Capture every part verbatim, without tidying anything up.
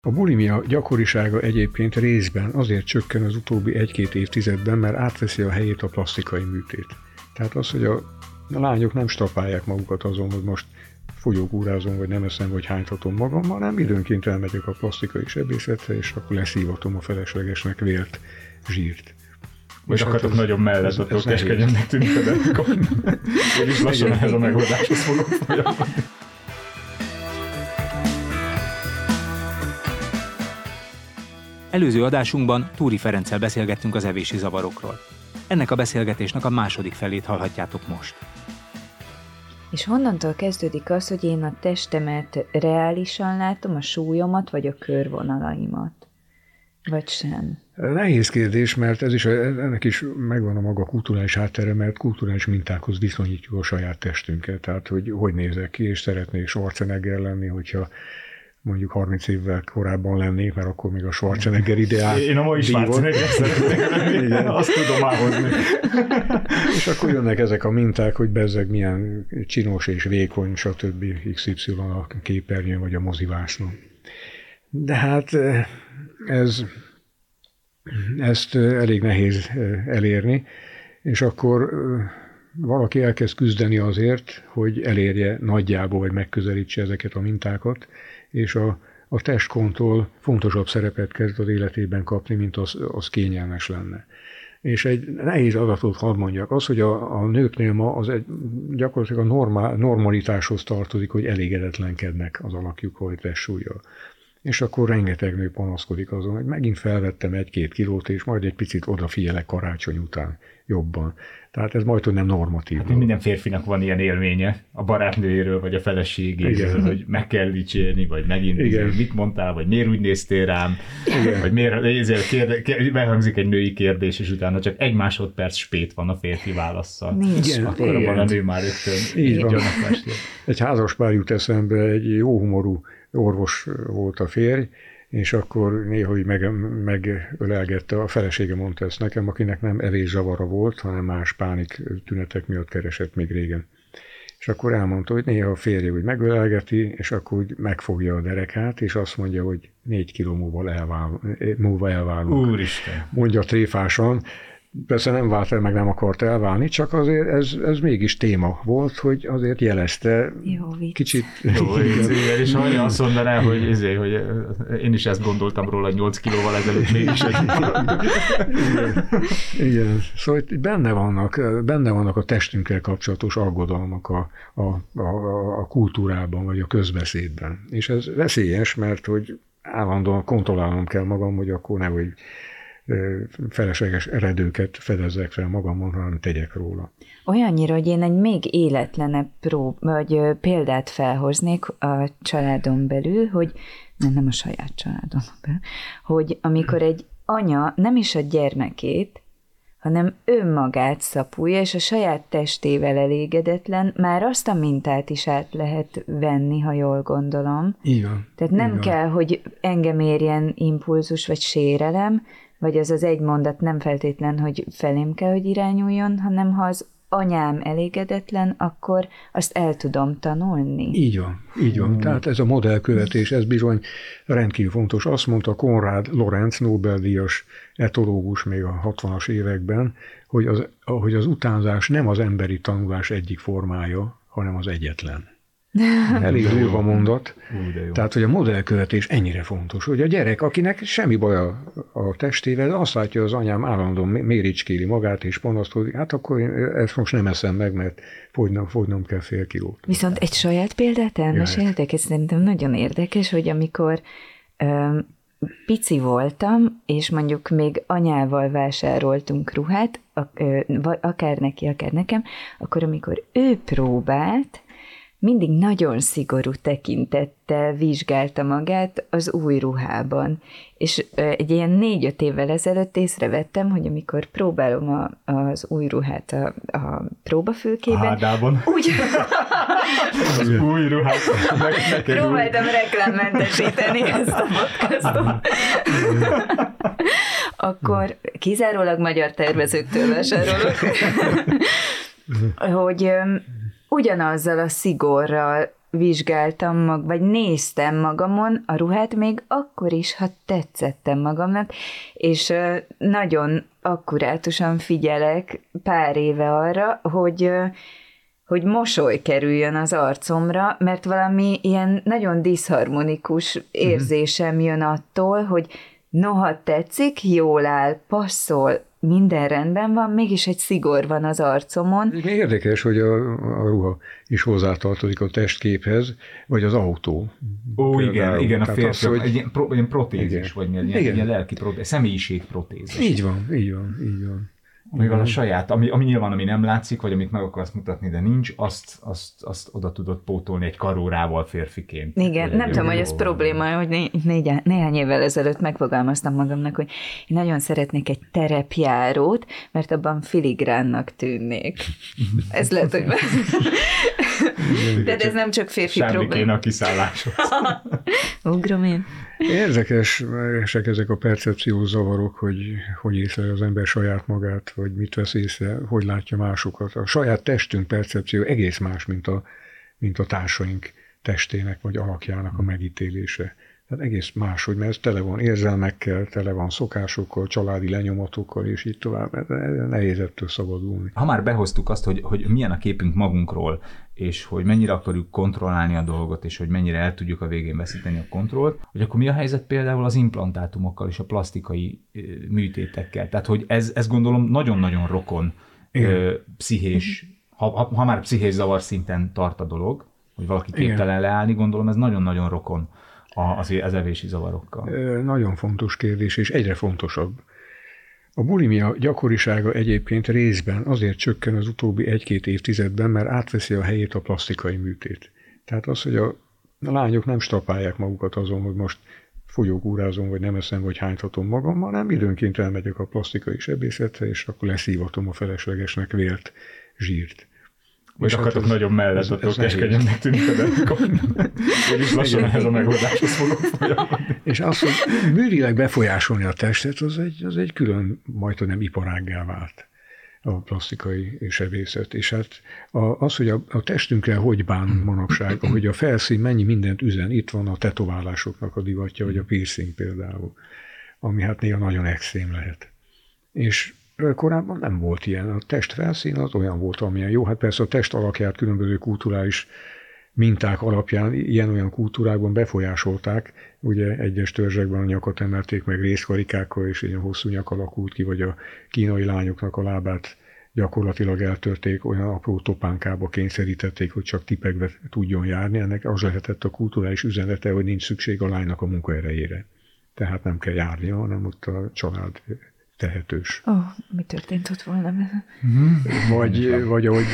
A bulimia gyakorisága egyébként részben azért csökken az utóbbi egy-két évtizedben, mert átveszi a helyét a plasztikai műtét. Tehát az, hogy a, a lányok nem stapálják magukat azon, hogy most fogyókúrázom, vagy nem eszem, vagy hánytatom magam, hanem időnként elmegyek a plasztikai sebészetre, és akkor leszívatom a feleslegesnek vélt zsírt. Vagy akartok hát nagyon mellett, attól keskenyennek tűnik, de én is lassan ehhez a megoldáshoz fogok folyamodni. Előző adásunkban Túri Ferenccel beszélgettünk az evési zavarokról. Ennek a beszélgetésnek a második felét hallhatjátok most. És honnantól kezdődik az, hogy én a testemet reálisan látom, a súlyomat, vagy a körvonalaimat? Vagy sem? Nehéz kérdés, mert ez is, ennek is megvan a maga kulturális háttere, mert kulturális mintákhoz viszonyítjuk a saját testünket. Tehát, hogy hogy nézek ki, és szeretnék Schwarzenegger lenni, hogyha mondjuk harminc évvel korábban lennék, mert akkor még a Schwarzenegger ideál. Én a mai Schwarzenegger szeretnék lenni, azt tudom áhozni. És akkor jönnek ezek a minták, hogy bezzeg milyen csinos és vékony, stb. iksz ipszilon a képernyőn vagy a mozivásznon. De hát ez, ezt elég nehéz elérni, és akkor valaki elkezd küzdeni azért, hogy elérje nagyjából, vagy megközelítse ezeket a mintákat, és a, a testkontroll fontosabb szerepet kezd az életében kapni, mint az, az kényelmes lenne. És egy nehéz adatot hadd mondjak, az, hogy a, a nőknél ma az egy, gyakorlatilag a normál, normalitáshoz tartozik, hogy elégedetlenkednek az alakjukkal, vagy testsúllyal. És akkor rengeteg nő panaszkodik azon, hogy megint felvettem egy-két kilót, és majd egy picit odafigyelek karácsony után jobban. Tehát ez majdnem nem normatív. Hát minden férfinak van ilyen élménye a barátnőjéről, vagy a feleségéről, hogy meg kell dicsérni, vagy megint igen. Mit mondtál, vagy miért úgy néztél rám, igen. Vagy miért kérde, kérde, behangzik egy női kérdés, és utána csak egy másodperc spét van a férfi válasszal. Nincs. Igen, akkor abban a nő már rögtön. Így van. Egy házaspár jut eszembe, egy jó humorú orvos volt a férj, és akkor néha így meg, megölelgette, a felesége mondta ezt nekem, akinek nem evészavara volt, hanem más pánik tünetek miatt keresett még régen. És akkor elmondta, hogy néha a férje úgy megölelgeti, és akkor úgy megfogja a derekát, és azt mondja, hogy négy kiló múlva, elvál, múlva elválunk. Úristen! Mondja tréfásan. Persze nem vált el, meg nem akart elválni, csak azért ez, ez mégis téma volt, hogy azért jelezte jó, kicsit... Jó, izé, és hallja azt mondaná, hogy, izé, hogy én is ezt gondoltam róla nyolc kilóval ezelőtt mégis egy... Igen. Igen. Szóval benne vannak, benne vannak a testünkkel kapcsolatos aggodalmak a, a, a, a kultúrában, vagy a közbeszédben. És ez veszélyes, mert hogy állandóan kontrollálnom kell magam, hogy akkor nehogy felesleges eredőket fedezzek fel magamon, hanem tegyek róla. Olyannyira, hogy én egy még életlenebb prób, vagy példát felhoznék a családon belül, hogy nem, nem a saját családon belül, hogy amikor egy anya nem is a gyermekét, hanem önmagát szapulja, és a saját testével elégedetlen, már azt a mintát is át lehet venni, ha jól gondolom. Igen. Tehát nem igen. kell, hogy engem érjen impulzus vagy sérelem, vagy az az egy mondat nem feltétlen, hogy felém kell, hogy irányuljon, hanem ha az anyám elégedetlen, akkor azt el tudom tanulni. Így van, így van. Mm. Tehát ez a modellkövetés, ez bizony rendkívül fontos. Azt mondta Konrad Lorenz, Nobel-díjas etológus még a hatvanas években, hogy az, hogy az utánzás nem az emberi tanulás egyik formája, hanem az egyetlen. Elég durva mondat. Tehát, hogy a modellkövetés ennyire fontos, hogy a gyerek, akinek semmi baj a, a testével, azt látja, az anyám állandóan méricskéli magát, és panaszkodik, hát akkor én ezt most nem eszem meg, mert fogynom, fogynom kell fél kilót. Viszont egy saját példát elmeséltek, ez szerintem nagyon érdekes, hogy amikor ö, pici voltam, és mondjuk még anyával vásároltunk ruhát, akár neki, akár nekem, akkor amikor ő próbált, mindig nagyon szigorú tekintettel vizsgálta magát az új ruhában. És egy ilyen négy-öt évvel ezelőtt észrevettem, hogy amikor próbálom a, az új ruhát a, a próbafülkében... A hádában. Úgy... az új ruhát. Próbáltam reklámmentesíteni ezt a podcastot. Akkor kizárólag magyar tervezőktől vásárolok, hogy... ugyanazzal a szigorral vizsgáltam mag, vagy néztem magamon a ruhát, még akkor is, ha tetszettem magamnak, és nagyon akkurátusan figyelek pár éve arra, hogy, hogy mosoly kerüljön az arcomra, mert valami ilyen nagyon diszharmonikus érzésem jön attól, hogy noha tetszik, jól áll, passzol, minden rendben van, mégis egy szigor van az arcomon. Érdekes, hogy a, a ruha is hozzátartozik a testképhez, vagy az autó. Ó, például. igen, igen, a férfi, hogy... egy ilyen, pro, ilyen protézis, igen. vagy ilyen, ilyen, ilyen lelki protézis, személyiségprotézis. Így van, így van, így van. Mivel a saját, ami, ami nyilván, ami nem látszik, vagy amit meg akarsz mutatni, de nincs, azt, azt, azt oda tudod pótolni egy karórával férfiként. Igen, nem tudom, hogy ez probléma, hogy né, négy, néhány évvel ezelőtt megfogalmaztam magamnak, hogy én nagyon szeretnék egy terepjárót, mert abban filigránnak tűnnék. Ez lehet, hogy... De ez nem csak férfi probléma. probléma. Semmi kéne a kiszálláshoz. Ugrom én. Érdekesek ezek a percepciós zavarok, hogy hogy észlel az ember saját magát, vagy mit vesz észre, hogy látja másokat. A saját testünk percepció egész más, mint a, mint a társaink testének, vagy alakjának a megítélése. Tehát egész más, hogy mert ez tele van érzelmekkel, tele van szokásokkal, családi lenyomatokkal, és így tovább. Nehéz ettől szabadulni. Ha már behoztuk azt, hogy, hogy milyen a képünk magunkról, és hogy mennyire akarjuk kontrollálni a dolgot, és hogy mennyire el tudjuk a végén veszíteni a kontrollt, hogy akkor mi a helyzet például az implantátumokkal és a plastikai műtétekkel? Tehát, hogy ez, ez gondolom nagyon-nagyon rokon ö, pszichés, ha, ha, ha már pszichés zavar szinten tart a dolog, hogy valaki képtelen Igen. leállni, gondolom ez nagyon-nagyon rokon az, az evési zavarokkal. Nagyon fontos kérdés, és egyre fontosabb. A bulimia gyakorisága egyébként részben azért csökken az utóbbi egy-két évtizedben, mert átveszi a helyét a plastikai műtét. Tehát az, hogy a, a lányok nem strapálják magukat azon, hogy most fogyókúrázom, vagy nem eszem, vagy hánytatom magam, hanem időnként elmegyek a plastikai sebészetre, és akkor leszívatom a feleslegesnek vélt zsírt. Vagy akartok hát nagyon mellettató keskenyennek tűnik, de én is lassan ehhez a megoldáshoz fogok folyamodni. És az, hogy műrileg befolyásolni a testet, az egy, az egy külön, majdnem iparággá vált a plastikai sebészet. És hát az, hogy a, a testünkre hogy bán manapság, hogy a felszín mennyi mindent üzen, itt van a tetoválásoknak a divatja, vagy a piercing például, ami hát néha nagyon extrém lehet. És korábban nem volt ilyen. A test felszín az olyan volt, amilyen jó. Hát persze a test alakját különböző kulturális minták alapján ilyen-olyan kultúrákban befolyásolták. Ugye egyes törzsekben a nyakat emelték meg részkarikákkal, és ilyen hosszú nyak alakult ki, vagy a kínai lányoknak a lábát gyakorlatilag eltörték, olyan apró topánkába kényszerítették, hogy csak tipegve tudjon járni. Ennek az lehetett a kulturális üzenete, hogy nincs szükség a lánynak a munkaerejére. Tehát nem kell járnia, hanem ott a család tehetős. Ó, oh, mi történt ott volna? Vagy, vagy ahogy...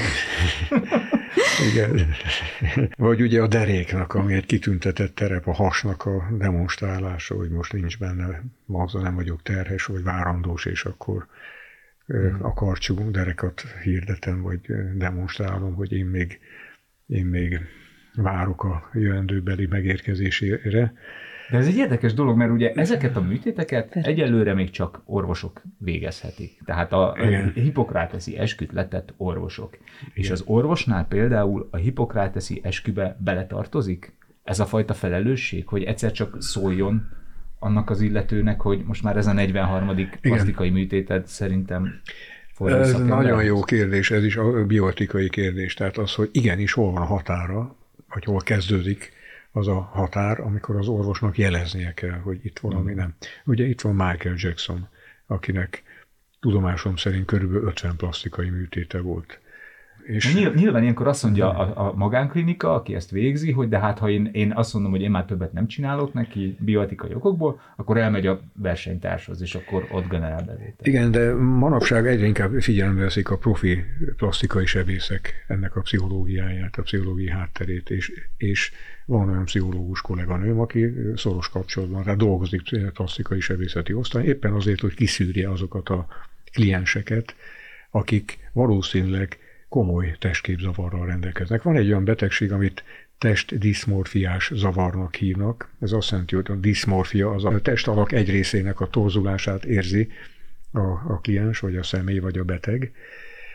Igen. Vagy ugye a deréknak, ami egy kitüntetett terep, a hasnak a demonstrálása, hogy most nincs benne, azzal nem vagyok terhes, vagy várandós, és akkor hmm. a karcsú derekat hirdetem, vagy demonstrálom, hogy én még, én még várok a jövendőbeli megérkezésére. De ez egy érdekes dolog, mert ugye ezeket a műtéteket egyelőre még csak orvosok végezhetik. Tehát a Igen. hipokráteszi esküt letett orvosok. Igen. És az orvosnál például a hipokráteszi eskübe beletartozik ez a fajta felelősség, hogy egyszer csak szóljon annak az illetőnek, hogy most már ez a negyvenharmadik plastikai műtéted szerintem Ez nagyon jó kérdés, ez is a bioetikai kérdés. Tehát az, hogy igenis hol van a határa, vagy hol kezdődik az a határ, amikor az orvosnak jeleznie kell, hogy itt valami nem. Ugye itt van Michael Jackson, akinek tudomásom szerint körülbelül ötven plastikai műtéte volt. És nyilván ilyenkor azt mondja a, a magánklinika, aki ezt végzi, hogy de hát ha én, én azt mondom, hogy én már többet nem csinálok neki bioetikai okokból, akkor elmegy a versenytárshoz, és akkor ott generál bevételt. Igen, de manapság egyre inkább figyelembe veszik a profi plastikai sebészek ennek a pszichológiáját, a pszichológiai hátterét, és, és van olyan pszichológus kolléganőm, aki szoros kapcsolatban, tehát dolgozik plastikai sebészeti osztályon, éppen azért, hogy kiszűrje azokat a klienseket, akik valószínűleg komoly testképzavarral rendelkeznek. Van egy olyan betegség, amit testdiszmorfiás zavarnak hívnak. Ez azt jelenti, hogy a diszmorfia az a testalak egy részének a torzulását érzi a, a kliens, vagy a személy, vagy a beteg.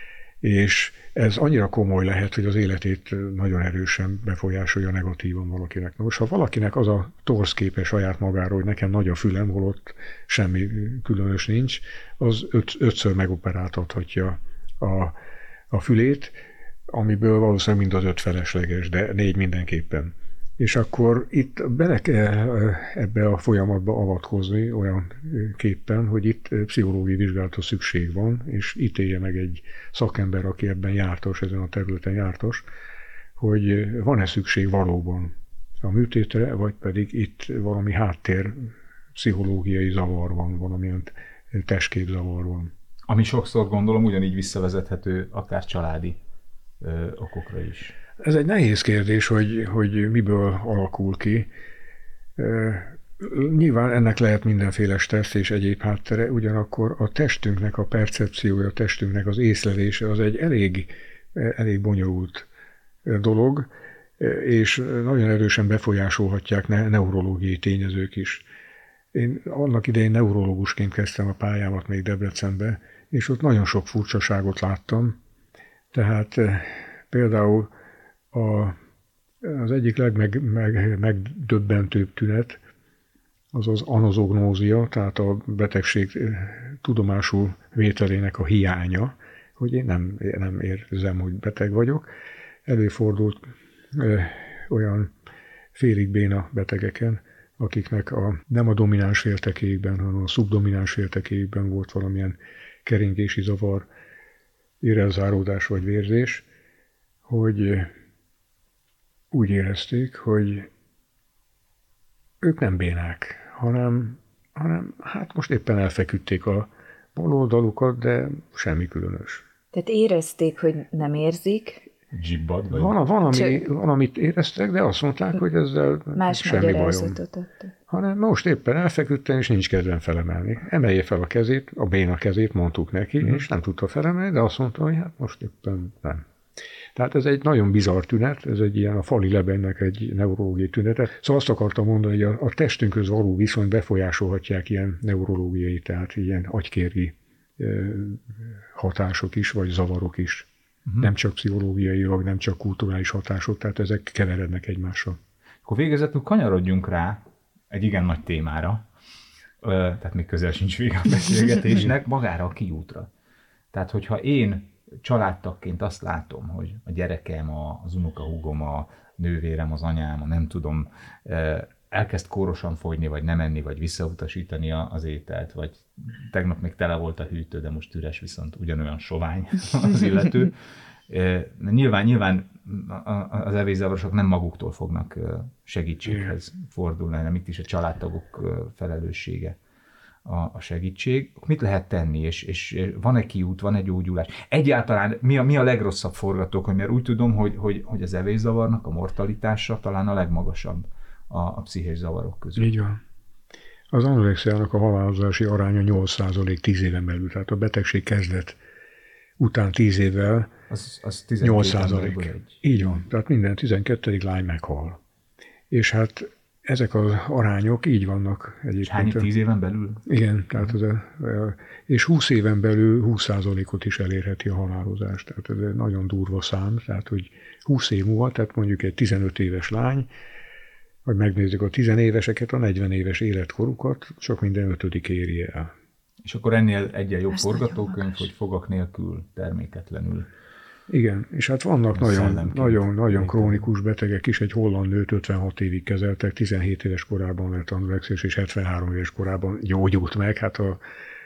és ez annyira komoly lehet, hogy az életét nagyon erősen befolyásolja negatívan valakinek. Na most, ha valakinek az a torszképe saját magáról, hogy nekem nagy a fülem, holott semmi különös nincs, az öt, ötször megoperáltathatja a, a fülét, amiből valószínűleg mind az öt felesleges, de négy mindenképpen. És akkor itt bele kell ebbe a folyamatba avatkozni olyan képpen, hogy itt pszichológiai vizsgálatra szükség van, és ítélje meg egy szakember, aki ebben jártas, ezen a területen jártas, hogy van-e szükség valóban a műtétre, vagy pedig itt valami háttér pszichológiai zavar van, valamilyen testképzavar van. Ami sokszor gondolom ugyanígy visszavezethető akár családi ö, okokra is. Ez egy nehéz kérdés, hogy, hogy miből alakul ki. Nyilván ennek lehet mindenféle stressz és egyéb háttere, ugyanakkor a testünknek a percepciója, a testünknek az észlelése az egy elég, elég bonyolult dolog, és nagyon erősen befolyásolhatják neurológiai tényezők is. Én annak idején neurológusként kezdtem a pályámat még Debrecenbe, és ott nagyon sok furcsaságot láttam. Tehát például A, az egyik legmegdöbbentőbb tünet az az anozognózia, tehát a betegség tudomásul vételének a hiánya, hogy én nem, nem érzem, hogy beteg vagyok. Előfordult ö, olyan félig béna betegeken, akiknek a, nem a domináns féltekékben, hanem a szubdomináns féltekékben volt valamilyen keringési zavar, érelzáródás vagy vérzés, hogy úgy érezték, hogy ők nem bénák, hanem, hanem hát most éppen elfeküdték a baloldalukat, de semmi különös. Tehát érezték, hogy nem érzik. Zsibbad, vagy? Van, van, ami, Csak... van, amit éreztek, de azt mondták, hogy ezzel más semmi bajom. Hanem most éppen elfeküdtem, és nincs kedvem felemelni. Emelje fel a kezét, a béna kezét mondtuk neki, mm. és nem tudta felemelni, de azt mondta, hogy hát most éppen nem. Tehát ez egy nagyon bizarr tünet, ez egy ilyen a fali lebennek egy neurológiai tünete. Szóval azt akartam mondani, hogy a, a testünkhöz való viszony befolyásolhatják ilyen neurológiai, tehát ilyen agykérgi e, hatások is, vagy zavarok is. Uh-huh. Nem csak pszichológiailag, nem csak kulturális hatások, tehát ezek keverednek egymással. Akkor végezetül kanyarodjunk rá egy igen nagy témára, tehát még közel sincs vége a beszélgetésnek, magára a kiútra. Tehát, hogyha én családtagként azt látom, hogy a gyerekem, az unokahúgom, a nővérem, az anyám, a nem tudom, elkezd kórosan fogyni, vagy nem enni, vagy visszautasítani az ételt, vagy tegnap még tele volt a hűtő, de most üres, viszont ugyanolyan sovány az illető. Nyilván, nyilván az evészavarosok nem maguktól fognak segítséghez fordulni, hanem itt is a családtagok felelőssége a segítség. Mit lehet tenni, és, és van-e kiút, van-e gyógyulás? Egyáltalán mi a, mi a legrosszabb forgatókönyv? Mert úgy tudom, hogy, hogy, hogy az evészavarnak a mortalitása talán a legmagasabb a, a pszichés zavarok közül. Így van. Az anorexiának a halálozási aránya nyolc százalék tíz éven belül, tehát a betegség kezdet után tíz évvel az, az nyolc százalék. Így van, tehát minden tizenkettedik lány meghal. És hát ezek az arányok így vannak egyébként. És hány tíz éven belül? Igen, tehát az, és húsz éven belül húsz százalékot is elérheti a halálozás. Tehát ez egy nagyon durva szám, tehát hogy húsz év múlva, tehát mondjuk egy tizenöt éves lány, vagy megnézzük a tizenéveseket, a negyven éves életkorukat, csak minden ötödik éri el. És akkor ennél egyen jobb forgatókönyv, hogy fogak nélkül, terméketlenül. Igen, és hát vannak nagyon, nagyon, nagyon krónikus betegek is, egy holland nőt ötvenhat évig kezeltek, tizenhét éves korában lett anorexiás, és hetvenhárom éves korában gyógyult meg, hát a,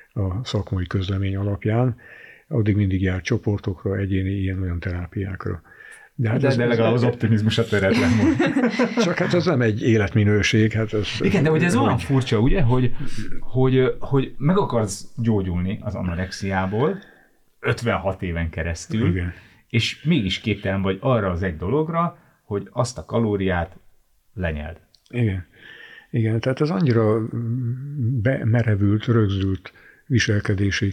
a szakmai közlemény alapján. Addig mindig járt csoportokra, egyéni ilyen-olyan terápiákra. De, hát de, ez, de legalább az optimizmusra töretlen volt. Csak hát ez nem egy életminőség. Hát ez, igen, de hogy ez olyan furcsa, ugye, hogy, hogy, hogy meg akarsz gyógyulni az anorexiából ötvenhat éven keresztül, igen. És mégis képtelen vagy arra az egy dologra, hogy azt a kalóriát lenyeld. Igen. Igen, tehát ez annyira merevült, rögzült viselkedési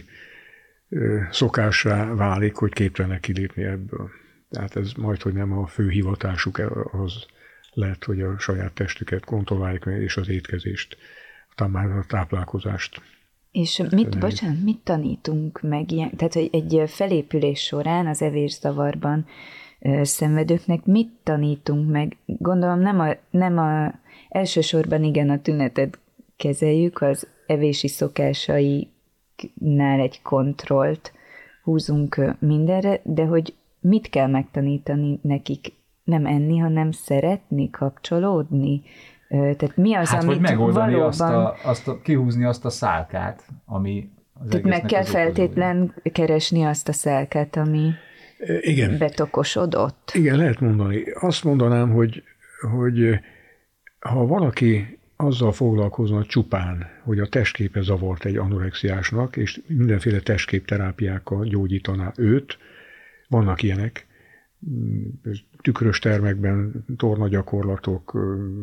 szokássá válik, hogy képtelenek kilépni ebből. Tehát ez majd, hogy nem a fő hivatásuk az lehet, hogy a saját testüket kontrollálják, és az étkezést, talán már a táplálkozást. És mit, bocsánat, mit tanítunk meg ilyen, tehát hogy egy felépülés során az evészavarban szenvedőknek mit tanítunk meg? Gondolom nem a, nem a elsősorban igen a tünetet kezeljük, az evési szokásainál egy kontrollt húzunk mindenre, de hogy mit kell megtanítani nekik? Nem enni, hanem szeretni, kapcsolódni? Tehát mi az, hát, amit hogy megoldani valóban... azt a, azt a, kihúzni azt a szálkát, ami az Tehát meg kell feltétlen keresni azt a szálkát, ami igen. betokosodott. Igen, lehet mondani. Azt mondanám, hogy, hogy ha valaki azzal foglalkozna csupán, hogy a testképe zavart egy anorexiásnak, és mindenféle testképterápiákkal gyógyítaná őt, vannak ilyenek, tükrös termekben, tornagyakorlatok,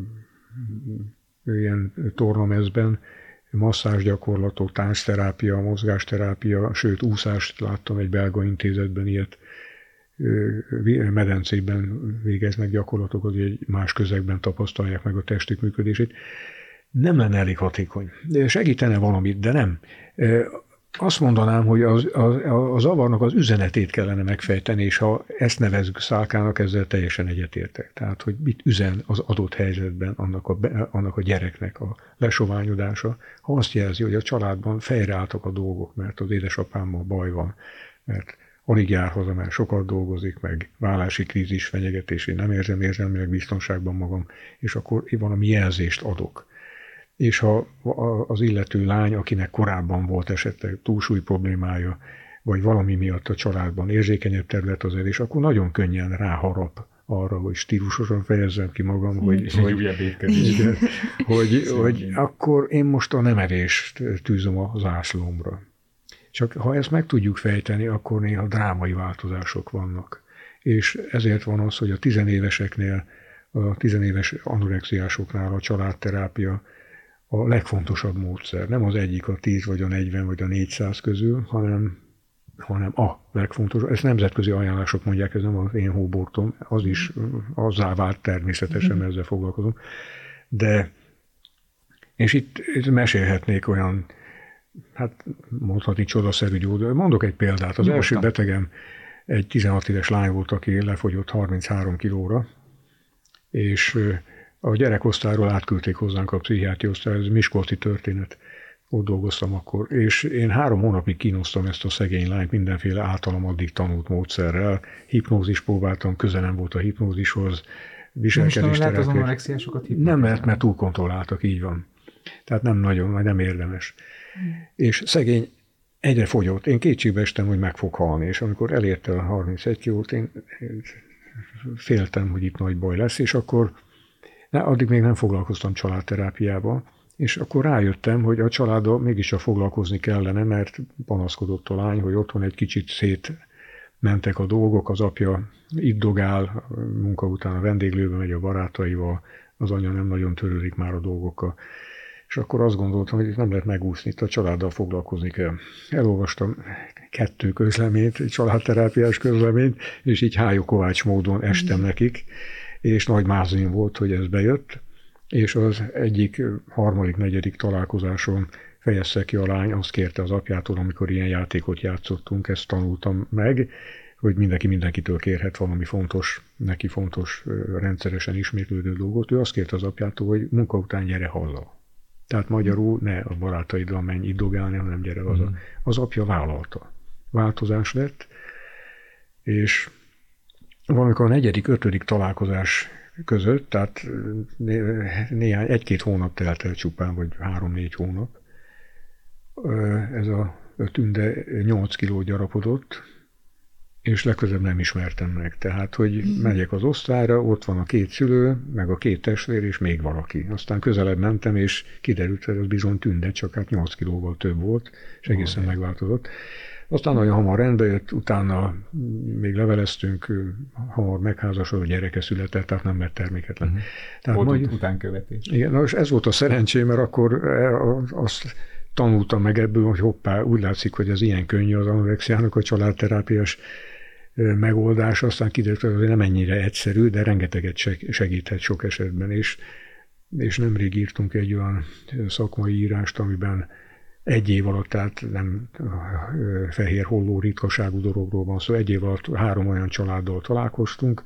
ilyen tornamezben, masszázsgyakorlatok, táncterápia, mozgásterápia, sőt úszást láttam egy belga intézetben, ilyet medencében végeznek gyakorlatokat, hogy más közegben tapasztalják meg a testük működését. Nem lenne elég hatékony. Segítene valamit, de nem. Azt mondanám, hogy az, az, a zavarnak az üzenetét kellene megfejteni, és ha ezt nevezzük szálkának, ezzel teljesen egyetértek. Tehát, hogy mit üzen az adott helyzetben annak a, annak a gyereknek a lesoványodása, ha azt jelzi, hogy a családban fejreálltak a dolgok, mert az édesapámmal baj van, mert alig jár haza, mert sokat dolgozik, meg vállási krízis fenyegetés, én nem érzem érzelmileg biztonságban magam, és akkor én valami jelzést adok. És ha az illető lány, akinek korábban volt esetleg túlsúly problémája, vagy valami miatt a családban érzékenyebb terület az evés, akkor nagyon könnyen ráharap arra, hogy stílusosan fejezzem ki magam, hogy, hogy, hogy, hogy, hogy akkor én most a nem evést tűzöm a zászlómra. Csak ha ezt meg tudjuk fejteni, akkor néha drámai változások vannak. És ezért van az, hogy a tizenéveseknél, a tizenéves anorexiásoknál a családterápia a legfontosabb módszer. Nem az egyik a tíz, vagy a negyven, vagy a négyszáz közül, hanem, hanem a legfontosabb. Ezt nemzetközi ajánlások mondják, ez nem az én hóbortom, az is azzá vált természetesen, mert ezzel foglalkozom. De, és itt, itt mesélhetnék olyan, hát mondhatni csodaszerű gyógyszer. Mondok egy példát. Az Nyugodtan. Első betegem egy tizenhat éves lány volt, aki lefogyott harminchárom kilóra, és a gyerekosztályról átküldték hozzánk a pszichiátri osztály, ez miskolci történet, ott dolgoztam akkor, és én három hónapig kínoztam ezt a szegény lányt mindenféle általam addig tanult módszerrel, hipnózis próbáltam, köze nem volt a hipnózishoz, viselkedés terápiák. Nem lehet, mert túlkontrolláltak, így van. Tehát nem nagyon, vagy nem érdemes. Mm. És szegény egyre fogyott. Én kétségbe estem, hogy meg fog halni, és amikor elérte a harmincegy kilót, én féltem, hogy itt nagy baj lesz, és akkor de addig még nem foglalkoztam családterápiával, és akkor rájöttem, hogy a családdal mégiscsak foglalkozni kellene, mert panaszkodott a lány, hogy otthon egy kicsit szétmentek a dolgok, az apja iddogál, munka után a vendéglőbe megy a barátaival, az anya nem nagyon törődik már a dolgokkal. És akkor azt gondoltam, hogy nem lehet megúszni, itt a családdal foglalkozni kell. Elolvastam kettő közleményt, egy családterápiás közleményt, és így Hájó Kovács módon estem nekik, és nagy mázlim volt, hogy ez bejött, és az egyik harmadik, negyedik találkozáson fejezte ki a lány, azt kérte az apjától, amikor ilyen játékot játszottunk, ezt tanultam meg, hogy mindenki mindenkitől kérhet valami fontos, neki fontos, rendszeresen ismétlődő dolgot. Ő azt kérte az apjától, hogy munka után gyere haza. Tehát magyarul ne a barátaiddal menj iddogálni, hanem gyere haza. Mm. Az apja vállalta. Változás lett, és valamikor a negyedik, ötödik találkozás között, tehát néhány, egy-két hónap telt el csupán, vagy három-négy hónap, ez a tünde nyolc kiló gyarapodott, és legközelebb nem ismertem meg. Tehát, hogy megyek az osztályra, ott van a két szülő, meg a két testvér, és még valaki. Aztán közelebb mentem, és kiderült, hogy az bizony tünde, csak hát nyolc kilóval több volt, és egészen oh, megváltozott. Aztán nagyon hamar rendbe jött, utána még leveleztünk, hamar megházasodott, gyereke született, tehát nem lett terméketlen. Uh-huh. Tehát Ott majd, utánkövetés. Igen, na, és ez volt a szerencsém, mert akkor azt tanultam meg ebből, hogy hoppá, úgy látszik, hogy ez ilyen könnyű az anorexiának a családterápiás megoldás, aztán kiderült, hogy azért nem ennyire egyszerű, de rengeteget segíthet sok esetben, és, és nemrég írtunk egy olyan szakmai írást, amiben egy év alatt, tehát nem fehér holló ritkaságú dologról van szó, szóval egy év alatt három olyan családdal találkoztunk,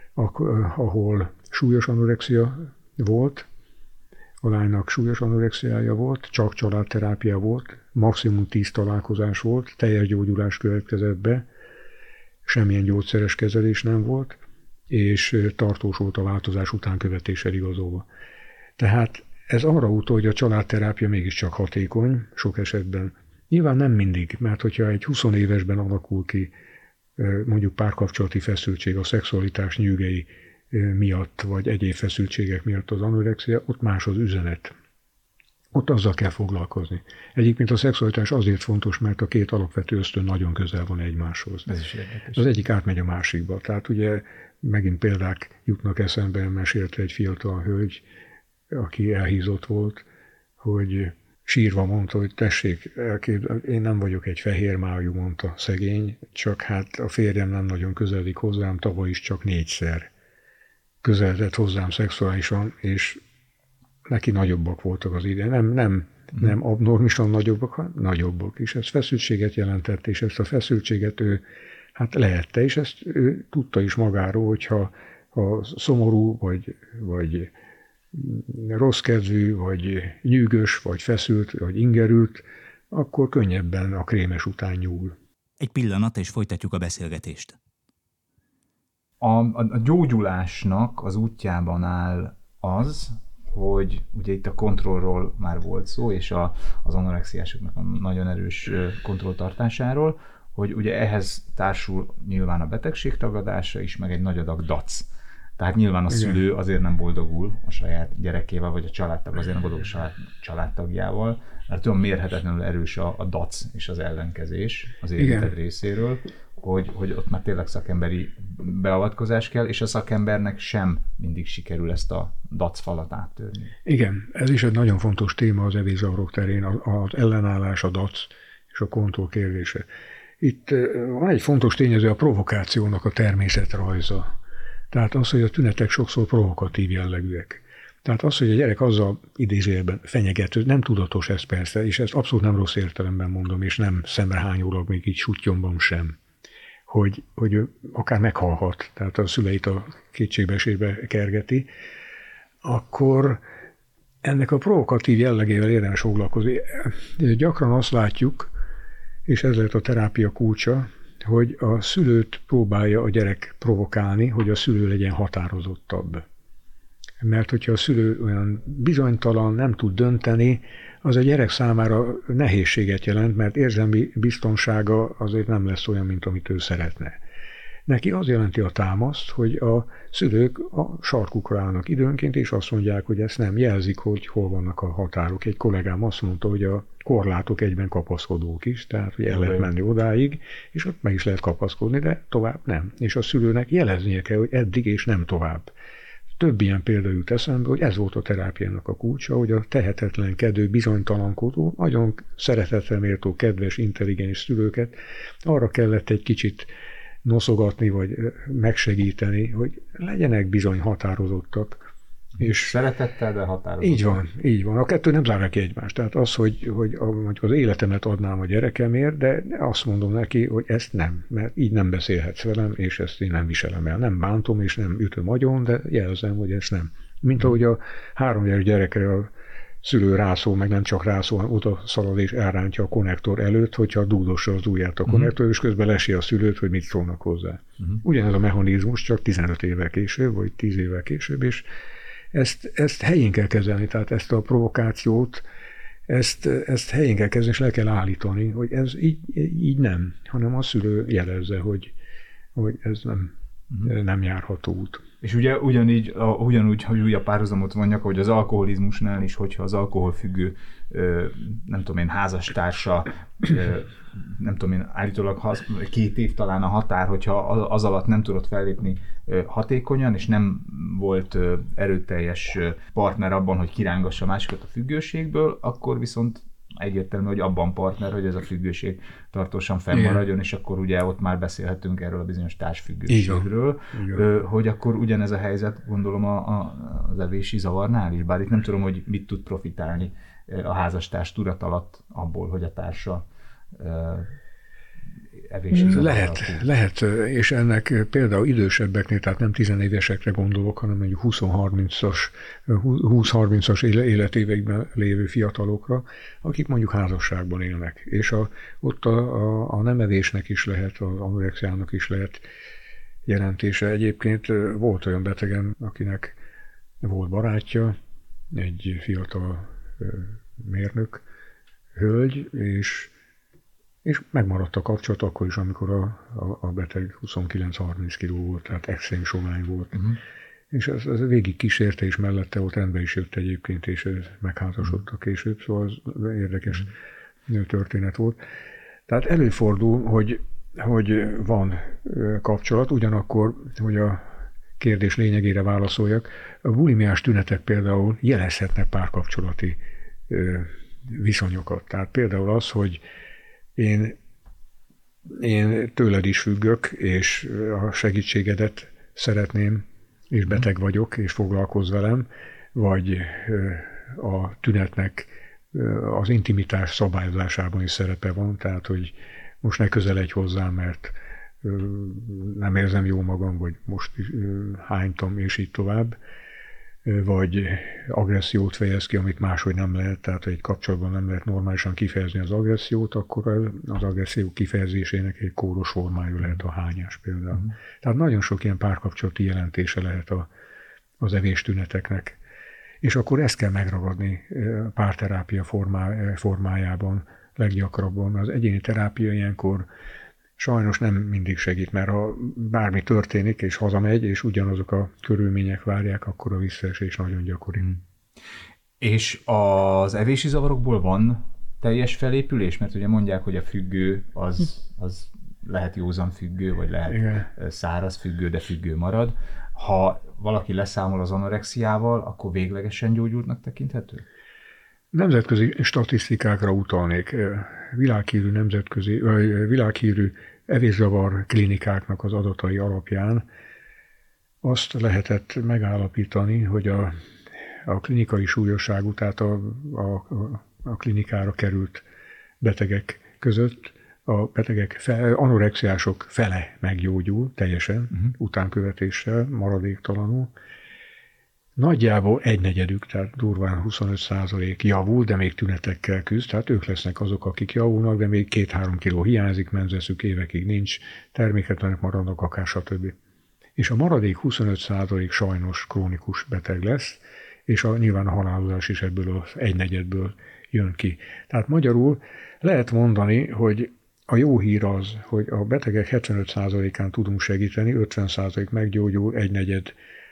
ahol súlyos anorexia volt, a lánynak súlyos anorexiája volt, csak családterápia volt, maximum tíz találkozás volt, teljes gyógyulás következett be, semmilyen gyógyszeres kezelés nem volt, és tartós volt a változás utánkövetéssel igazolva. Tehát ez arra utal, hogy a családterápia mégiscsak hatékony, sok esetben. Nyilván nem mindig, mert hogyha egy húsz évesben alakul ki mondjuk párkapcsolati feszültség, a szexualitás nyűgei miatt, vagy egyéb feszültségek miatt az anorexia, ott más az üzenet. Ott azzal kell foglalkozni. Egyébként a szexualitás azért fontos, mert a két alapvető ösztön nagyon közel van egymáshoz. Ez is érdekes. Az egyik átmegy a másikba. Tehát ugye megint példák jutnak eszembe, mesélte egy fiatal hölgy, aki elhízott volt, hogy sírva mondta, hogy tessék, elképzel, én nem vagyok egy fehér májú, mondta szegény, csak hát a férjem nem nagyon közeledik hozzám, tavaly is csak négyszer közeledett hozzám szexuálisan, és neki nagyobbak voltak az ide. Nem, nem, nem abnormisan nagyobbak, hanem nagyobbak. És ez feszültséget jelentett, és ezt a feszültséget ő hát lehette, és ezt ő tudta is magáról, hogyha ha szomorú, vagy, vagy rossz kedvű, vagy nyűgös, vagy feszült, vagy ingerült, akkor könnyebben a krémes után nyúl. Egy pillanat, és folytatjuk a beszélgetést. A, a, a gyógyulásnak az útjában áll az, hogy ugye itt a kontrollról már volt szó, és a, az anorexiásoknak a nagyon erős kontrolltartásáról, hogy ugye ehhez társul nyilván a betegség tagadása is, meg egy nagy adag dac. Tehát nyilván a szülő azért nem boldogul a saját gyerekével, vagy a családtag azért nem boldogul a saját családtagjával, mert olyan mérhetetlenül erős a, a dac és az ellenkezés az érintett részéről, hogy, hogy ott már tényleg szakemberi beavatkozás kell, és a szakembernek sem mindig sikerül ezt a dac falat áttörni. Igen, ez is egy nagyon fontos téma az evészavarok terén, az ellenállás, a dac és a kontroll kérdése. Itt van egy fontos tényező, a provokációnak a természetrajza. Tehát az, hogy a tünetek sokszor provokatív jellegűek. Tehát az, hogy a gyerek azzal idézőjelben fenyegető, nem tudatos ez persze, és ezt abszolút nem rossz értelemben mondom, és nem szemrehányólag még így suttyomban sem, hogy, hogy ő akár meghalhat, tehát a szüleit a kétségbeesésbe kergeti, akkor ennek a provokatív jellegével érdemes foglalkozni. Gyakran azt látjuk, és ez lehet a terápia kulcsa, hogy a szülőt próbálja a gyerek provokálni, hogy a szülő legyen határozottabb. Mert hogyha a szülő olyan bizonytalan, nem tud dönteni, az a gyerek számára nehézséget jelent, mert érzelmi biztonsága azért nem lesz olyan, mint amit ő szeretne. Neki az jelenti a támaszt, hogy a szülők a sarkukra állnak időnként, és azt mondják, hogy ezt nem jelzik, hogy hol vannak a határok. Egy kollégám azt mondta, hogy a korlátok egyben kapaszkodók is, tehát hogy el lehet menni odáig, és ott meg is lehet kapaszkodni, de tovább nem. És a szülőnek jeleznie kell, hogy eddig és nem tovább. Több ilyen példa jut eszembe, hogy ez volt a terápiának a kulcsa, hogy a tehetetlenkedő, bizonytalankodó, nagyon szeretetre méltó, kedves, intelligens szülőket arra kellett egy kicsit noszogatni, vagy megsegíteni, hogy legyenek bizony határozottak. És szeretettel, de határozottak. Így van, így van. A kettő nem zárja ki egymást. Tehát az, hogy, hogy az életemet adnám a gyerekemért, de azt mondom neki, hogy ezt nem, mert így nem beszélhetsz velem, és ezt én nem viselem el. Nem bántom, és nem ütöm agyon, de jelzem, hogy ezt nem. Mint ahogy a három éves gyerekre a szülő rászól, meg nem csak rászól, hanem oda szalad és elrántja a konnektor előtt, hogyha dúdossa az ujját a konnektor, uh-huh. és közben lesi a szülőt, hogy mit szólnak hozzá. Uh-huh. Ugyanez a mechanizmus, csak tizenöt évvel később, vagy tíz évvel később, és ezt, ezt helyén kell kezelni, tehát ezt a provokációt, ezt, ezt helyén kell kezelni, és le kell állítani, hogy ez így, így nem, hanem a szülő jelezze, hogy, hogy ez nem, uh-huh. nem járható út. És ugye ugyanígy, a, ugyanúgy, hogy úgy a párhuzamot vonjak, hogy az alkoholizmusnál is, hogyha az alkoholfüggő, nem tudom én, házastársa, nem tudom én, állítólag két év talán a határ, hogyha az alatt nem tudott fellépni hatékonyan, és nem volt erőteljes partner abban, hogy kirángassa a másikat a függőségből, akkor viszont egyértelmű, hogy abban partner, hogy ez a függőség tartósan fennmaradjon, és akkor ugye ott már beszélhetünk erről a bizonyos társfüggőségről, hogy akkor ugyanez a helyzet, gondolom a, a, az evési zavarnál is, bár itt nem tudom, hogy mit tud profitálni a házastárs tudat alatt abból, hogy a társa evési zavarral. Lehet, lehet, és ennek például idősebbeknél, tehát nem tizenévesekre gondolok, hanem mondjuk húsz-harmincas, húsz-harmincas életévekben lévő fiatalokra, akik mondjuk házasságban élnek. És a, ott a, a, a nem evésnek is lehet, az anorexiának is lehet jelentése. Egyébként volt olyan betegem, akinek volt barátja, egy fiatal mérnök hölgy, és és megmaradt a kapcsolat akkor is, amikor a, a, a beteg huszonkilenc-harminc kiló volt, tehát extrém sovány volt. Uh-huh. És ez, ez végig kísérte, és mellette ott rendbe is jött egyébként, és megházasodtak később, szóval ez érdekes uh-huh. történet volt. Tehát előfordul, hogy, hogy van kapcsolat, ugyanakkor, hogy a kérdés lényegére válaszoljak, a bulimiás tünetek például jelezhetnek párkapcsolati viszonyokat. Tehát például az, hogy Én, én tőled is függök, és a segítségedet szeretném, és beteg vagyok, és foglalkozz velem, vagy a tünetnek az intimitás szabályozásában is szerepe van, tehát, hogy most ne közeledj hozzám, mert nem érzem jól magam, vagy most hánytam, és így tovább, vagy agressziót fejez ki, amit máshogy nem lehet, tehát egy kapcsolatban nem lehet normálisan kifejezni az agressziót, akkor az agresszió kifejezésének egy kóros formája lehet a hányás például. Mm. Tehát nagyon sok ilyen párkapcsolati jelentése lehet a, az evéstüneteknek. És akkor ezt kell megragadni párterápia formá, formájában leggyakrabban. Az egyéni terápia ilyenkor sajnos nem mindig segít, mert ha bármi történik, és hazamegy, és ugyanazok a körülmények várják, akkor a visszaesés nagyon gyakori. Mm. És az evési zavarokból van teljes felépülés? Mert ugye mondják, hogy a függő az, az lehet józan függő, vagy lehet Igen. száraz függő, de függő marad. Ha valaki leszámol az anorexiával, akkor véglegesen gyógyultnak tekinthető? Nemzetközi statisztikákra utalnék. Világhírű nemzetközi, világhírű evészavar klinikáknak az adatai alapján azt lehetett megállapítani, hogy a, a klinikai súlyosságú, tehát a, a, a klinikára került betegek között a betegek, fe, anorexiások fele meggyógyul teljesen, uh-huh. utánkövetéssel, maradéktalanul. Nagyjából egynegyedük, tehát durván huszonöt százalék javul, de még tünetekkel küzd, tehát ők lesznek azok, akik javulnak, de még két-három kiló hiányzik, menzeszük évekig nincs, terméketlenek maradnak, akár stb. És a maradék huszonöt százalék sajnos krónikus beteg lesz, és a, nyilván a halálozás is ebből az egynegyedből jön ki. Tehát magyarul lehet mondani, hogy a jó hír az, hogy a betegek hetvenöt százalékán tudunk segíteni, ötven százalék meggyógyul, egynegyed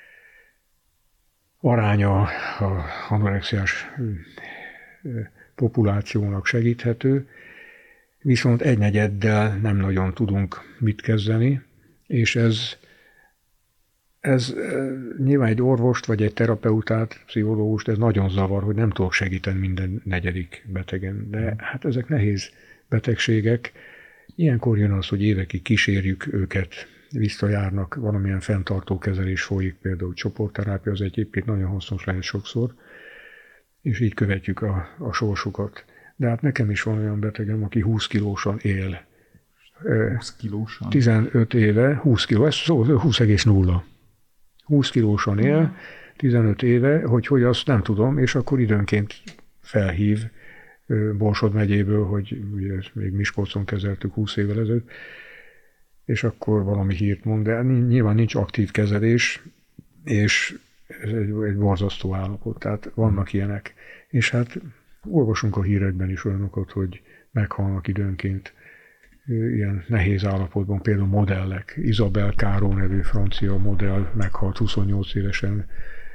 aránya a anorexiás populációnak segíthető, viszont egynegyeddel nem nagyon tudunk mit kezdeni, és ez, ez nyilván egy orvost, vagy egy terapeutát, pszichológust, ez nagyon zavar, hogy nem tudok segíteni minden negyedik betegen. De hát ezek nehéz betegségek. Ilyenkor jön az, hogy évekig kísérjük őket, visszajárnak, valamilyen fenntartó kezelés folyik, például csoportterápia, az egyébként nagyon hasznos lehet sokszor, és így követjük a, a sorsukat. De hát nekem is van olyan betegem, aki húsz kilósan él. húsz kilósan? tizenöt éve, húsz kiló, ez szó, húsz egész nulla. húsz kilósan él, tizenöt éve, hogy, hogy azt nem tudom, és akkor időnként felhív Borsod megyéből, hogy ugye még Miskolcon kezeltük húsz évvel ezelőtt, és akkor valami hírt mond, de nyilván nincs aktív kezelés, és ez egy, egy borzasztó állapot, tehát vannak ilyenek. És hát olvasunk a hírekben is olyanokat, hogy meghalnak időnként ilyen nehéz állapotban, például modellek. Isabelle Caro nevű francia modell meghalt huszonnyolc évesen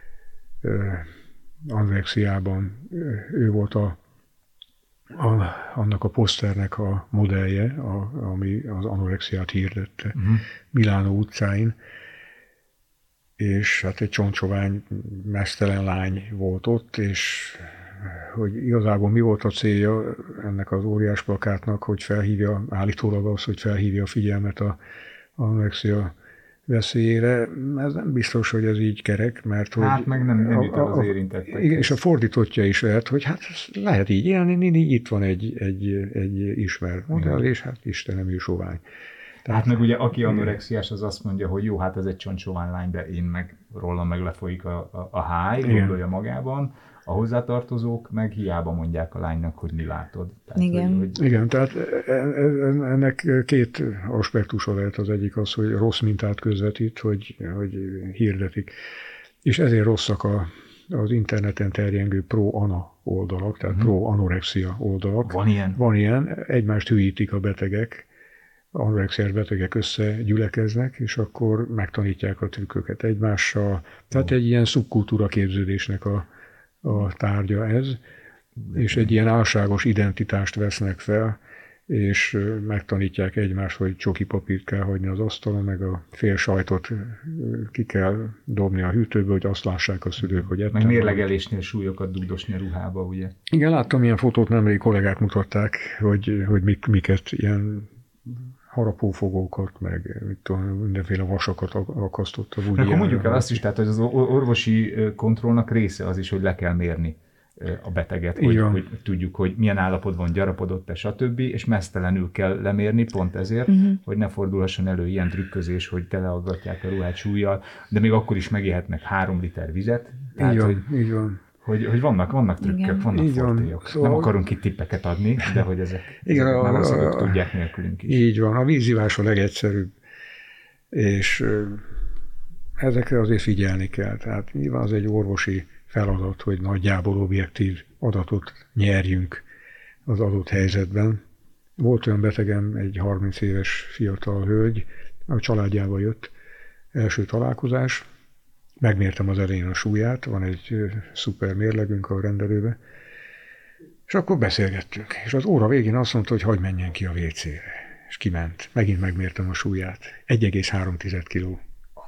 anorexiában. Ő volt a A, annak a poszternek a modellje, a, ami az anorexiát hirdette uh-huh. Milánó utcáin, és hát egy csontsovány, meztelen lány volt ott, és hogy igazából mi volt a célja ennek az óriás plakátnak, hogy felhívja, állítólag az, hogy felhívja a figyelmet a anorexia veszélyére, ez nem biztos, hogy ez így kerek, mert hogy... Hát meg nem, nem jut el az érintettek. Igen, és a fordítottja is lehet, hogy hát lehet így élni, itt van egy, egy, egy ismert modell, és hát Istenem, ő sovány. Tehát, hát meg ugye aki anorexiás, az azt mondja, hogy jó, hát ez egy csontsovány lány, de én meg rólam meg lefolyik a, a, a háj, igen. Gondolja magában. A hozzátartozók meg hiába mondják a lánynak, hogy mi látod. Tehát, igen. Hogy, hogy... Igen, tehát ennek két aspektusa lehet. Az egyik az, hogy rossz mintát közvetít, hogy, hogy hirdetik. És ezért rosszak a, az interneten terjengő pro-ana oldalak, tehát uh-huh. pro-anorexia oldalak. Van ilyen? Van ilyen, egymást hülyítik a betegek, anorexiás betegek összegyülekeznek, és akkor megtanítják a trükköket egymással. Tehát oh. egy ilyen szubkultúra képződésnek a a tárgya ez, és egy ilyen álságos identitást vesznek fel, és megtanítják egymást, hogy csoki papírt kell hagyni az asztalon, meg a fél sajtot ki kell dobni a hűtőbe, hogy azt lássák a szülők, hogy ettem. Meg mérlegelésnél súlyokat dugdosni a ruhába, ugye? Igen, láttam ilyen fotót, nemrég kollégák mutatták, hogy, hogy mik, miket, ilyen harapófogókat, meg mit tudom, mindenféle vasakat akasztottak. Akkor mondjuk el azt is, tehát hogy az orvosi kontrollnak része az is, hogy le kell mérni a beteget, hogy, hogy tudjuk, hogy milyen állapotban gyarapodott-e, stb. És meztelenül kell lemérni, pont ezért, uh-huh. hogy ne fordulhasson elő ilyen trükközés, hogy teleaggatják a ruhát súllyal, de még akkor is megéhetnek három liter vizet. Tehát, így van, hogy, így van. Hogy, hogy vannak, vannak trükkök, igen. vannak fortélyok. Szóval... Nem akarunk itt tippeket adni, de hogy ezek, igen, ezek már valószínűleg tudják nélkülünk is. Így van, a vízivás a legegyszerűbb, és ezekre azért figyelni kell. Tehát nyilván az egy orvosi feladat, hogy nagyjából objektív adatot nyerjünk az adott helyzetben. Volt olyan betegem, egy harminc éves fiatal hölgy, a családjába jött, első találkozás, megmértem az elején a súlyát, van egy szuper mérlegünk a rendelőbe, és akkor beszélgettünk. És az óra végén azt mondta, hogy hagyj menjen ki a vécére. És kiment. Megint megmértem a súlyát. egy egész három kiló.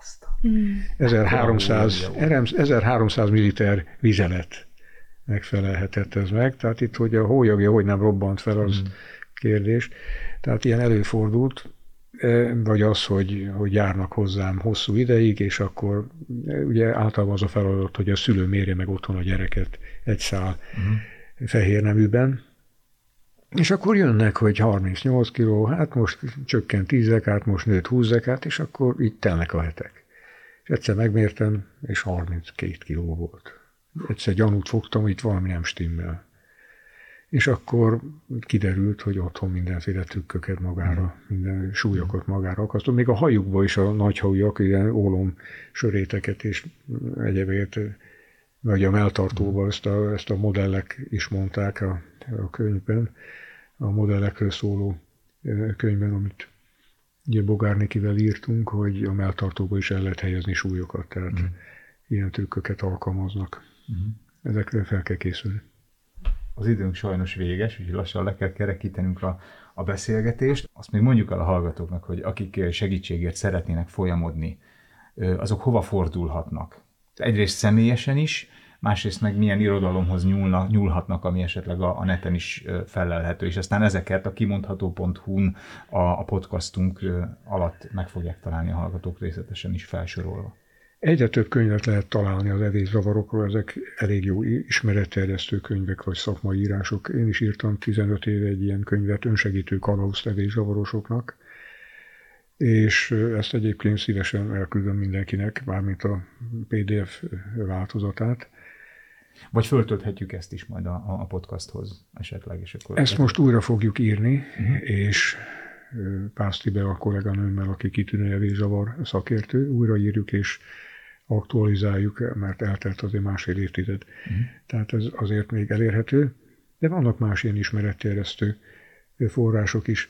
ezerháromszáz milliliter vizelet megfelelhetett ez meg. Tehát itt, hogy a hólyagja hogy nem robbant fel, az mm. kérdés. Tehát ilyen előfordult. Vagy az, hogy, hogy járnak hozzám hosszú ideig, és akkor ugye általában az a feladat, hogy a szülő mérje meg otthon a gyereket egy szál uh-huh. fehér neműben, és akkor jönnek, hogy harmincnyolc kiló, hát most csökkent tízek át, most nőtt húszek át, és akkor így telnek a hetek. És egyszer megmértem, és harminckét kiló volt. Egyszer gyanút fogtam, hogy itt valami nem stimmel. És akkor kiderült, hogy otthon mindenféle trükköket magára, minden súlyokat magára akasztott. Még a hajukba is a nagy hajúak, ilyen ólom söréteket és egyébként, vagy a melltartóba ezt a, ezt a modellek is mondták a, a könyvben, a modellekről szóló könyvben, amit ugye Bogárnikivel írtunk, hogy a melltartóba is el lehet helyezni súlyokat, tehát mm. ilyen trükköket alkalmaznak. Mm. Ezekre fel kell készülni. Az időnk sajnos véges, úgyhogy lassan le kell kerekítenünk a, a beszélgetést. Azt még mondjuk el a hallgatóknak, hogy akik segítségért szeretnének folyamodni, azok hova fordulhatnak? Egyrészt személyesen is, másrészt meg milyen irodalomhoz nyúlnak, nyúlhatnak, ami esetleg a, a neten is felelhető, és aztán ezeket a kimondható pont hu-n a, a podcastunk alatt meg fogják találni a hallgatók részletesen is felsorolva. Egyre több könyvet lehet találni az evészavarokról, ezek elég jó ismeretterjesztő könyvek vagy szakmai írások. Én is írtam tizenöt éve egy ilyen könyvet önsegítő kalauzt evészavarosoknak, és ezt egyébként szívesen elküldöm mindenkinek, mármint a pé dé ef változatát. Vagy föltölthetjük ezt is majd a, a podcasthoz esetleg. És akkor ezt most újra fogjuk írni, uh-huh. és Pásztibe a kolléganőmmel, aki kitűnő evészavar szakértő, újraírjuk és aktualizáljuk, mert eltelt azért másfél évtized. Uh-huh. Tehát ez azért még elérhető, de vannak más ilyen ismeretterjesztő források is.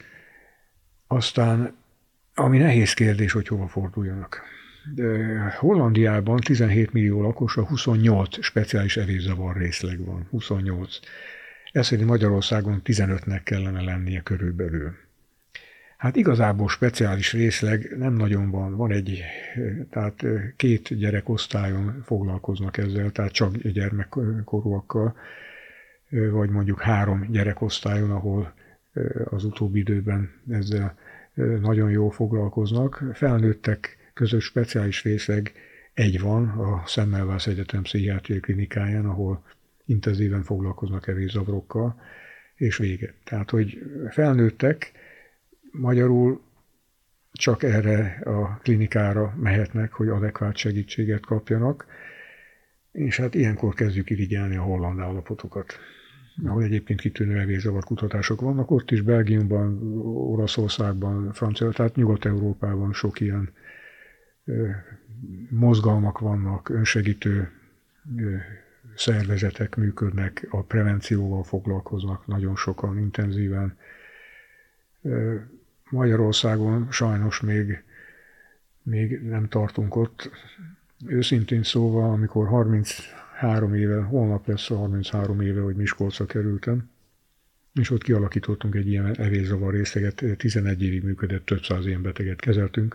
Aztán, ami nehéz kérdés, hogy hova forduljanak. De Hollandiában tizenhét millió lakosra huszonnyolc speciális evészavar részleg van. huszonnyolc. Ez szerint Magyarországon tizenötnek kellene lennie körülbelül. Hát igazából speciális részleg nem nagyon van. Van egy, tehát két gyerekosztályon foglalkoznak ezzel, tehát csak gyermekkorúakkal, vagy mondjuk három gyerekosztályon, ahol az utóbbi időben ezzel nagyon jól foglalkoznak. Felnőttek között speciális részleg egy van a Semmelweis Egyetem pszichiátriai klinikáján, ahol intenzíven foglalkoznak evészavarokkal, és vége. Tehát, hogy felnőttek, magyarul csak erre a klinikára mehetnek, hogy adekvát segítséget kapjanak, és hát ilyenkor kezdjük irigyelni a holland állapotokat, ahol egyébként kitűnő evészavar kutatások vannak, ott is Belgiumban, Olaszországban, Franciaországban, tehát Nyugat-Európában sok ilyen ö, mozgalmak vannak, önsegítő ö, szervezetek működnek, a prevencióval foglalkoznak nagyon sokan, intenzíven. Ö, Magyarországon sajnos még, még nem tartunk ott. Őszintén szóval, amikor harminchárom éve, holnap lesz a harminchárom éve, hogy Miskolcra kerültem, és ott kialakítottunk egy ilyen evészavar részleget, tizenegy évig működött, több száz ilyen beteget kezeltünk,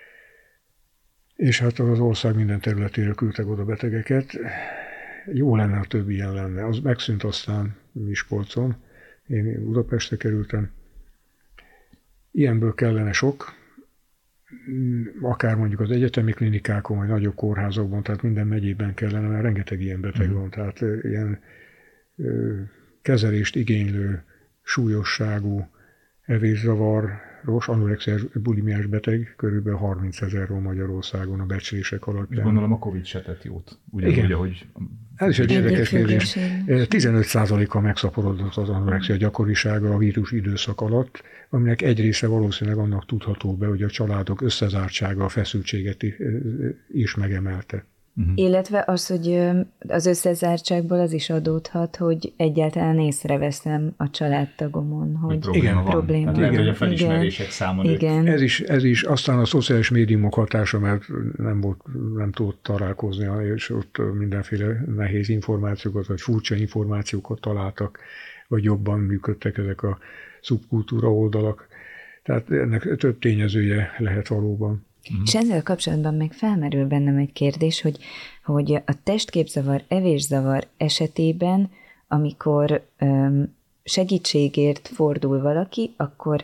és hát az ország minden területére küldtek oda betegeket. Jó lenne, ha több ilyen lenne. Az megszűnt aztán Miskolcon, én Budapestre kerültem. Ilyenből kellene sok, akár mondjuk az egyetemi klinikákon, vagy nagyobb kórházakban, tehát minden megyében kellene, mert rengeteg ilyen beteg van. Tehát ilyen ö, kezelést igénylő, súlyosságú evészavaros, anorexiás, bulimiás beteg körülbelül harmincezerről Magyarországon a becslések alapján. Gondolom a Covid se tett jót. Ugyanúgy, ahogy... Ez is egy érdekes kérdés. tizenöt százalékkal megszaporodott az anorexia gyakorisága a vírus időszak alatt, aminek egy része valószínűleg annak tudható be, hogy a családok összezártsága a feszültséget is megemelte. Uh-huh. Illetve az, hogy az összezártságból az is adódhat, hogy egyáltalán észreveszem a családtagomon, hogy, hogy probléma van. Probléma. Tehát lehet, hogy a felismerések száma nőtt. Ez is, ez is, aztán a szociális médiumok hatása, mert nem, volt, nem tudott találkozni, és ott mindenféle nehéz információkat, vagy furcsa információkat találtak, vagy jobban működtek ezek a szubkultúra oldalak. Tehát ennek több tényezője lehet valóban. Uh-huh. És ezzel kapcsolatban meg felmerül bennem egy kérdés, hogy, hogy a testképzavar, evészavar esetében, amikor um, segítségért fordul valaki, akkor,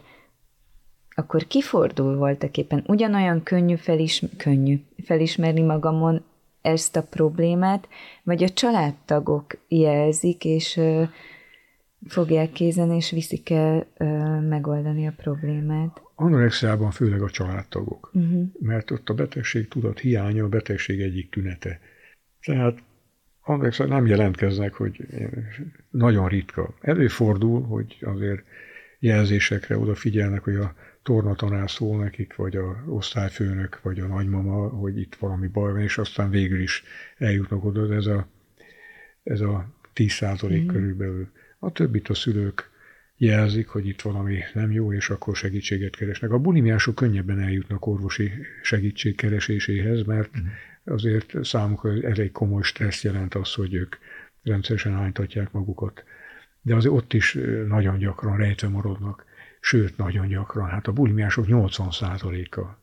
akkor kifordul voltaképpen. Ugyanolyan könnyű, felis, könnyű felismerni magamon ezt a problémát, vagy a családtagok jelzik, és uh, fogják kézen, és viszik el uh, megoldani a problémát. Anorexiában főleg a családtagok, uh-huh. mert ott a betegség tudat hiánya a betegség egyik tünete. Tehát anorexia nem jelentkeznek, hogy nagyon ritka. Előfordul, hogy azért jelzésekre odafigyelnek, hogy a tornatanár szól nekik, vagy a osztályfőnök, vagy a nagymama, hogy itt valami baj van, és aztán végül is eljutnak oda, ez a, ez a tíz százalék uh-huh. körülbelül. A többit a szülők jelzik, hogy itt valami nem jó, és akkor segítséget keresnek. A bulimiások könnyebben eljutnak orvosi segítség kereséséhez, mert azért számukra elég komoly stressz jelent az, hogy ők rendszeresen hánytatják magukat. De azért ott is nagyon gyakran rejtve maradnak, sőt, nagyon gyakran. Hát a bulimiások nyolcvan százaléka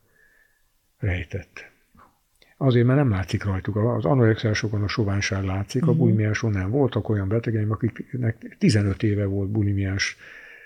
rejtett. Azért, mert nem látszik rajtuk. Az anorexiásokon a soványság látszik, uh-huh. a bulimiáson nem. Voltak olyan betegeim, akiknek tizenöt éve volt bulimiás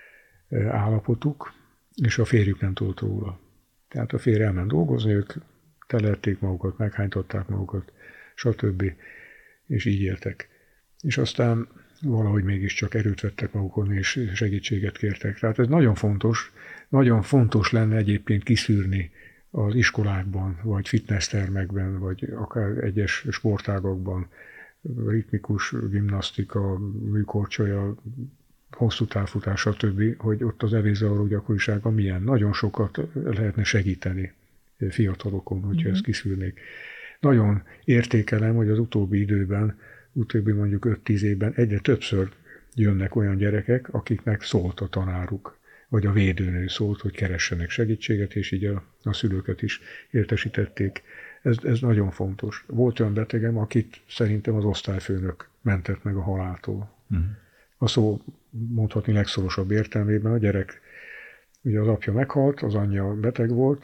állapotuk, és a férjük nem tudott róla. Tehát a férj elment dolgozni, ők telették magukat, meghánytották magukat, stb. És így éltek. És aztán valahogy mégiscsak erőt vettek magukon, és segítséget kértek. Tehát ez nagyon fontos. Nagyon fontos lenne egyébként kiszűrni az iskolákban, vagy fitnesstermekben, vagy akár egyes sportágokban, ritmikus gimnasztika, műkorcsolya, hosszú távfutás, stb., hogy ott az evészavarok gyakorisága milyen. Nagyon sokat lehetne segíteni fiatalokon, hogyha mm-hmm. ezt kiszűrnék. Nagyon értékelem, hogy az utóbbi időben, utóbbi mondjuk öt-tíz évben egyre többször jönnek olyan gyerekek, akiknek szólt a tanáruk, vagy a védőnő szólt, hogy keressenek segítséget, és így a, a szülőket is értesítették. Ez, ez nagyon fontos. Volt olyan betegem, akit szerintem az osztályfőnök mentett meg a haláltól. Uh-huh. A szó mondhatni legszorosabb értelmében a gyerek, ugye az apja meghalt, az anyja beteg volt,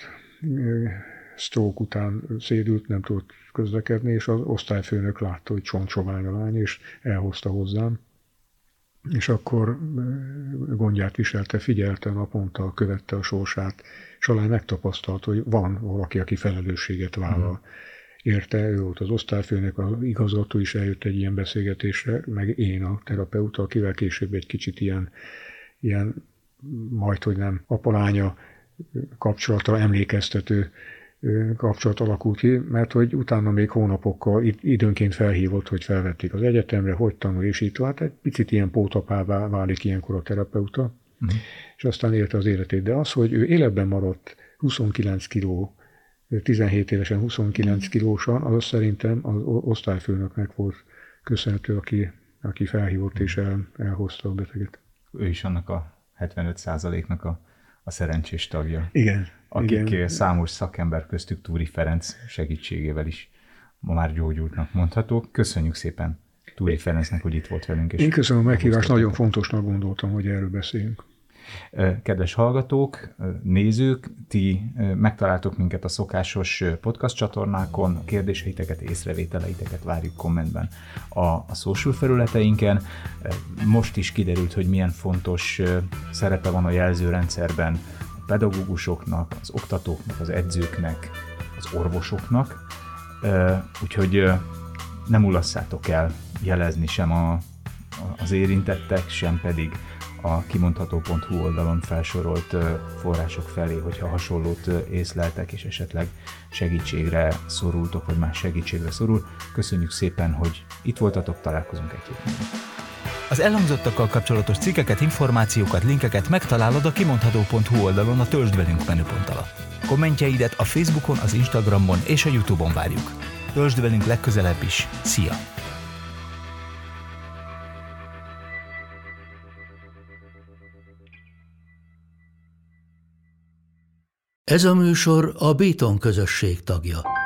stroke után szédült, nem tudott közlekedni, és az osztályfőnök látta, hogy csontsovány a lány, és elhozta hozzám. És akkor gondját viselte, figyelte naponta, követte a sorsát, és alá megtapasztalt, hogy van valaki, aki felelősséget vállal. Mm. Érte, ő volt az osztályfőnök, az igazgató is eljött egy ilyen beszélgetésre, meg én a terapeuta, akivel később egy kicsit ilyen, ilyen majdhogy nem apalánya kapcsolatra emlékeztető kapcsolat alakult ki, mert hogy utána még hónapokkal időnként felhívott, hogy felvették az egyetemre, hogy tanul, és így tovább. Hát egy picit ilyen pótapává válik ilyenkor a terapeuta, uh-huh. és aztán élte az életét. De az, hogy ő életben maradt huszonkilenc kiló, tizenhét évesen huszonkilenc kilósan, az szerintem az osztályfőnöknek volt köszönhető, aki, aki felhívott és el, elhozta a beteget. Ő is annak a hetvenöt százaléknak a, a szerencsés tagja. Igen. Akik igen. számos szakember köztük Túri Ferenc segítségével is ma már gyógyultnak mondható. Köszönjük szépen Túri Ferencnek, hogy itt volt velünk. És én köszönöm a meghívást, nagyon fontosnak gondoltam, hogy erről beszéljünk. Kedves hallgatók, nézők, ti megtaláltok minket a szokásos podcast csatornákon, kérdéseiteket, észrevételeiteket várjuk kommentben a, a social felületeinken. Most is kiderült, hogy milyen fontos szerepe van a jelzőrendszerben a pedagógusoknak, az oktatóknak, az edzőknek, az orvosoknak, úgyhogy nem mulasszátok el jelezni sem a, az érintettek, sem pedig a kimondható pont hu oldalon felsorolt források felé, hogyha hasonlót észleltek, és esetleg segítségre szorultok, vagy más segítségre szorul. Köszönjük szépen, hogy itt voltatok, találkozunk egy hét múlva. Az elhangzottakkal kapcsolatos cikkeket, információkat, linkeket megtalálod a kimondható pont hu oldalon a Töltsd velünk menüpont alatt. Kommentjeidet a Facebookon, az Instagramon és a YouTube-on várjuk. Töltsd velünk legközelebb is. Szia! Ez a műsor a Béton közösség tagja.